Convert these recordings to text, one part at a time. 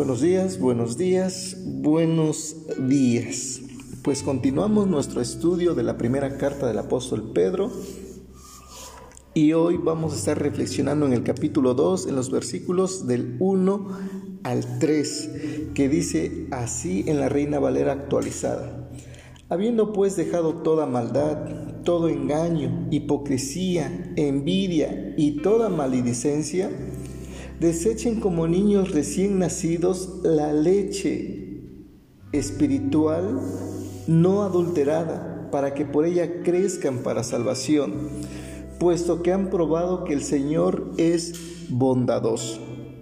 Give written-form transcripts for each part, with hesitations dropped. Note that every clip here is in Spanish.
Buenos días, buenos días, buenos días. Pues continuamos nuestro estudio de la primera carta del apóstol Pedro y hoy vamos a estar reflexionando en el capítulo 2, en los versículos del 1 al 3, que dice así en la Reina Valera actualizada: habiendo pues dejado toda maldad, todo engaño, hipocresía, envidia y toda maledicencia, desechen como niños recién nacidos la leche espiritual no adulterada, para que por ella crezcan para salvación, puesto que han probado que el Señor es bondadoso.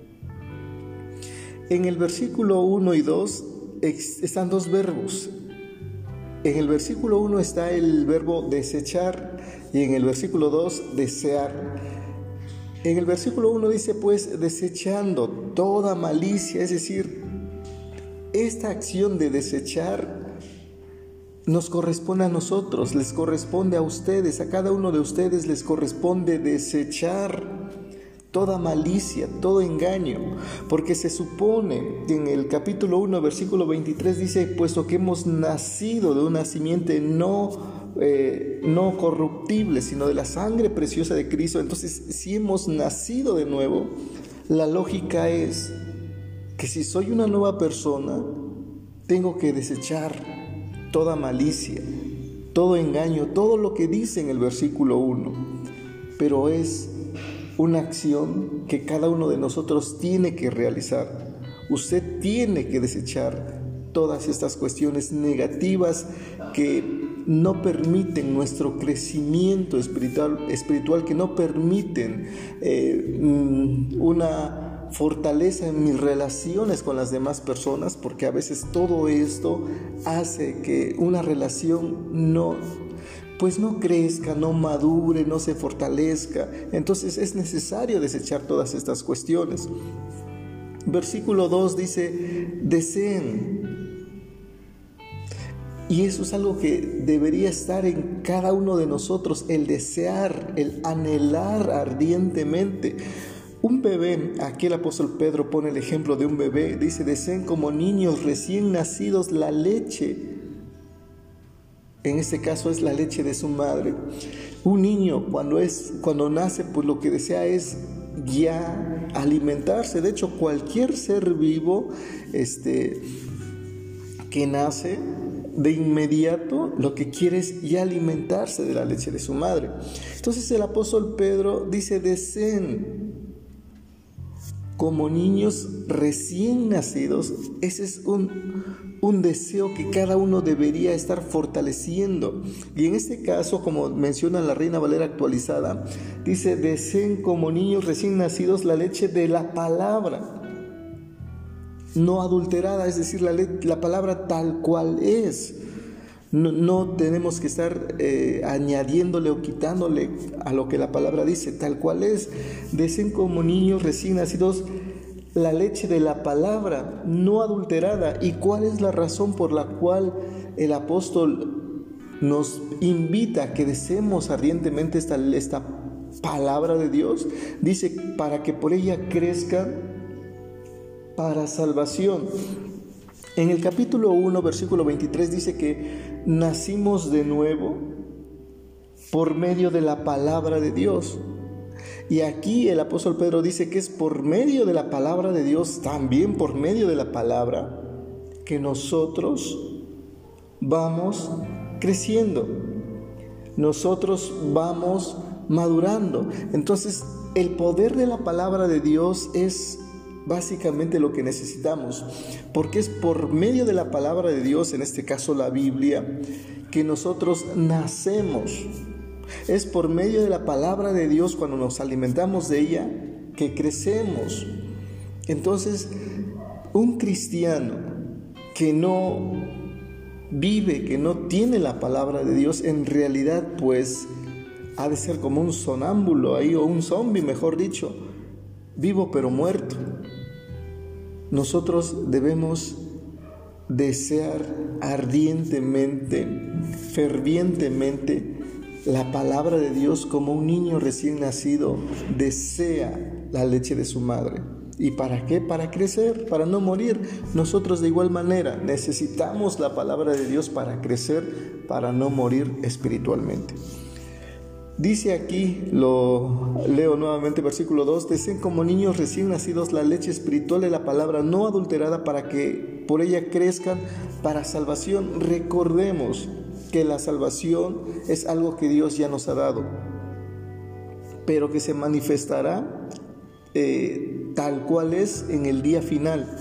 En el versículo 1 y 2 están dos verbos. En el versículo 1 está el verbo desechar y en el versículo 2 desear. En el versículo 1 dice pues desechando toda malicia, es decir, esta acción de desechar nos corresponde a nosotros, les corresponde a ustedes, a cada uno de ustedes les corresponde desechar toda malicia, todo engaño, porque se supone que en el capítulo 1, versículo 23 dice, puesto que hemos nacido de una simiente no corruptible, sino de la sangre preciosa de Cristo. Entonces, si hemos nacido de nuevo, la lógica es que si soy una nueva persona, tengo que desechar toda malicia, todo engaño, todo lo que dice en el versículo 1, pero es una acción que cada uno de nosotros tiene que realizar. Usted tiene que desechar todas estas cuestiones negativas que no permiten nuestro crecimiento espiritual, que no permiten una fortaleza en mis relaciones con las demás personas, porque a veces todo esto hace que una relación no crezca, no madure, no se fortalezca. Entonces es necesario desechar todas estas cuestiones. Versículo 2 dice, deseen. Y eso es algo que debería estar en cada uno de nosotros, el desear, el anhelar ardientemente. Un bebé, aquí el apóstol Pedro pone el ejemplo de un bebé, dice, deseen como niños recién nacidos la leche. En este caso es la leche de su madre. Un niño cuando nace, pues lo que desea es ya alimentarse. De hecho, cualquier ser vivo que nace, de inmediato lo que quiere es ya alimentarse de la leche de su madre. Entonces el apóstol Pedro dice, deseen como niños recién nacidos. Ese es un deseo que cada uno debería estar fortaleciendo. Y en este caso, como menciona la Reina Valera actualizada, dice, deseen como niños recién nacidos la leche de la palabra no adulterada, es decir, la palabra tal cual es. No tenemos que estar añadiéndole o quitándole a lo que la palabra dice, tal cual es. Deseen como niños recién nacidos la leche de la palabra no adulterada. ¿Y cuál es la razón por la cual el apóstol nos invita a que deseemos ardientemente esta palabra de Dios? Dice, para que por ella crezca para salvación. En el capítulo 1, versículo 23 dice que nacimos de nuevo por medio de la palabra de Dios. Y aquí el apóstol Pedro dice que es por medio de la palabra de Dios, también por medio de la palabra, que nosotros vamos creciendo, nosotros vamos madurando. Entonces, el poder de la palabra de Dios es básicamente lo que necesitamos, porque es por medio de la palabra de Dios, en este caso la Biblia, que nosotros nacemos. Es por medio de la palabra de Dios, cuando nos alimentamos de ella, que crecemos. Entonces, un cristiano que no vive, que no tiene la palabra de Dios, en realidad pues ha de ser como un sonámbulo ahí, o un zombie, mejor dicho, vivo pero muerto. Nosotros debemos desear ardientemente, fervientemente la palabra de Dios, como un niño recién nacido desea la leche de su madre. ¿Y para qué? Para crecer, para no morir. Nosotros de igual manera necesitamos la palabra de Dios para crecer, para no morir espiritualmente. Dice aquí, lo leo nuevamente, versículo 2, deseen como niños recién nacidos la leche espiritual de la palabra no adulterada para que por ella crezcan para salvación. Recordemos que la salvación es algo que Dios ya nos ha dado, pero que se manifestará tal cual es en el día final.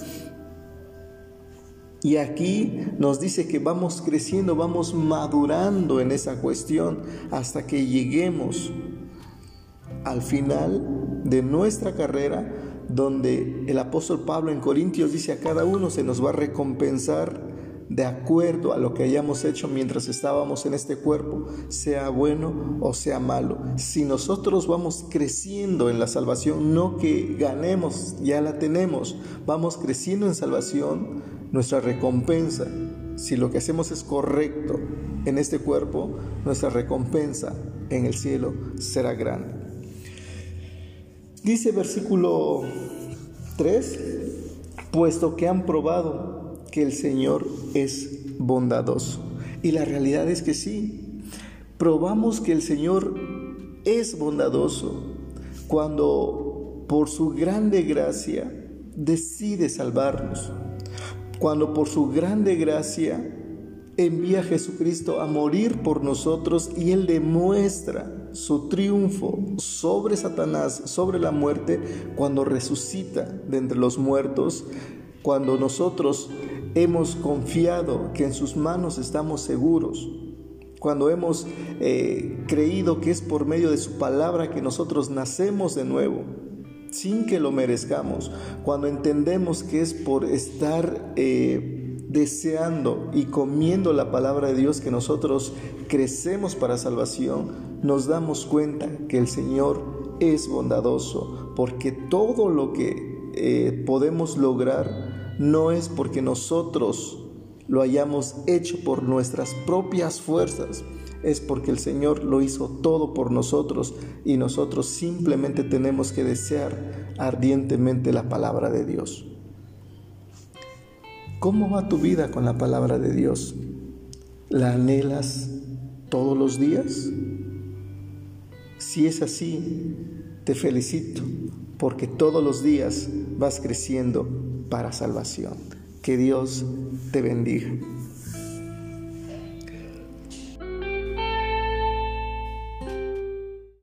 Y aquí nos dice que vamos creciendo, vamos madurando en esa cuestión hasta que lleguemos al final de nuestra carrera, donde el apóstol Pablo en Corintios dice: a cada uno se nos va a recompensar de acuerdo a lo que hayamos hecho mientras estábamos en este cuerpo, sea bueno o sea malo. Si nosotros vamos creciendo en la salvación, no que ganemos, ya la tenemos, vamos creciendo en salvación, nuestra recompensa, si lo que hacemos es correcto en este cuerpo, nuestra recompensa en el cielo será grande. Dice versículo 3, puesto que han probado que el Señor es bondadoso. Y la realidad es que sí, probamos que el Señor es bondadoso cuando por su grande gracia decide salvarnos, cuando por su grande gracia envía a Jesucristo a morir por nosotros, y Él demuestra su triunfo sobre Satanás, sobre la muerte, cuando resucita de entre los muertos, cuando nosotros hemos confiado que en sus manos estamos seguros, cuando hemos creído que es por medio de su palabra que nosotros nacemos de nuevo, sin que lo merezcamos, cuando entendemos que es por estar deseando y comiendo la palabra de Dios que nosotros crecemos para salvación, nos damos cuenta que el Señor es bondadoso, porque todo lo que podemos lograr no es porque nosotros lo hayamos hecho por nuestras propias fuerzas, es porque el Señor lo hizo todo por nosotros, y nosotros simplemente tenemos que desear ardientemente la palabra de Dios. ¿Cómo va tu vida con la palabra de Dios? ¿La anhelas todos los días? Si es así, te felicito, porque todos los días vas creciendo para salvación. Que Dios te bendiga.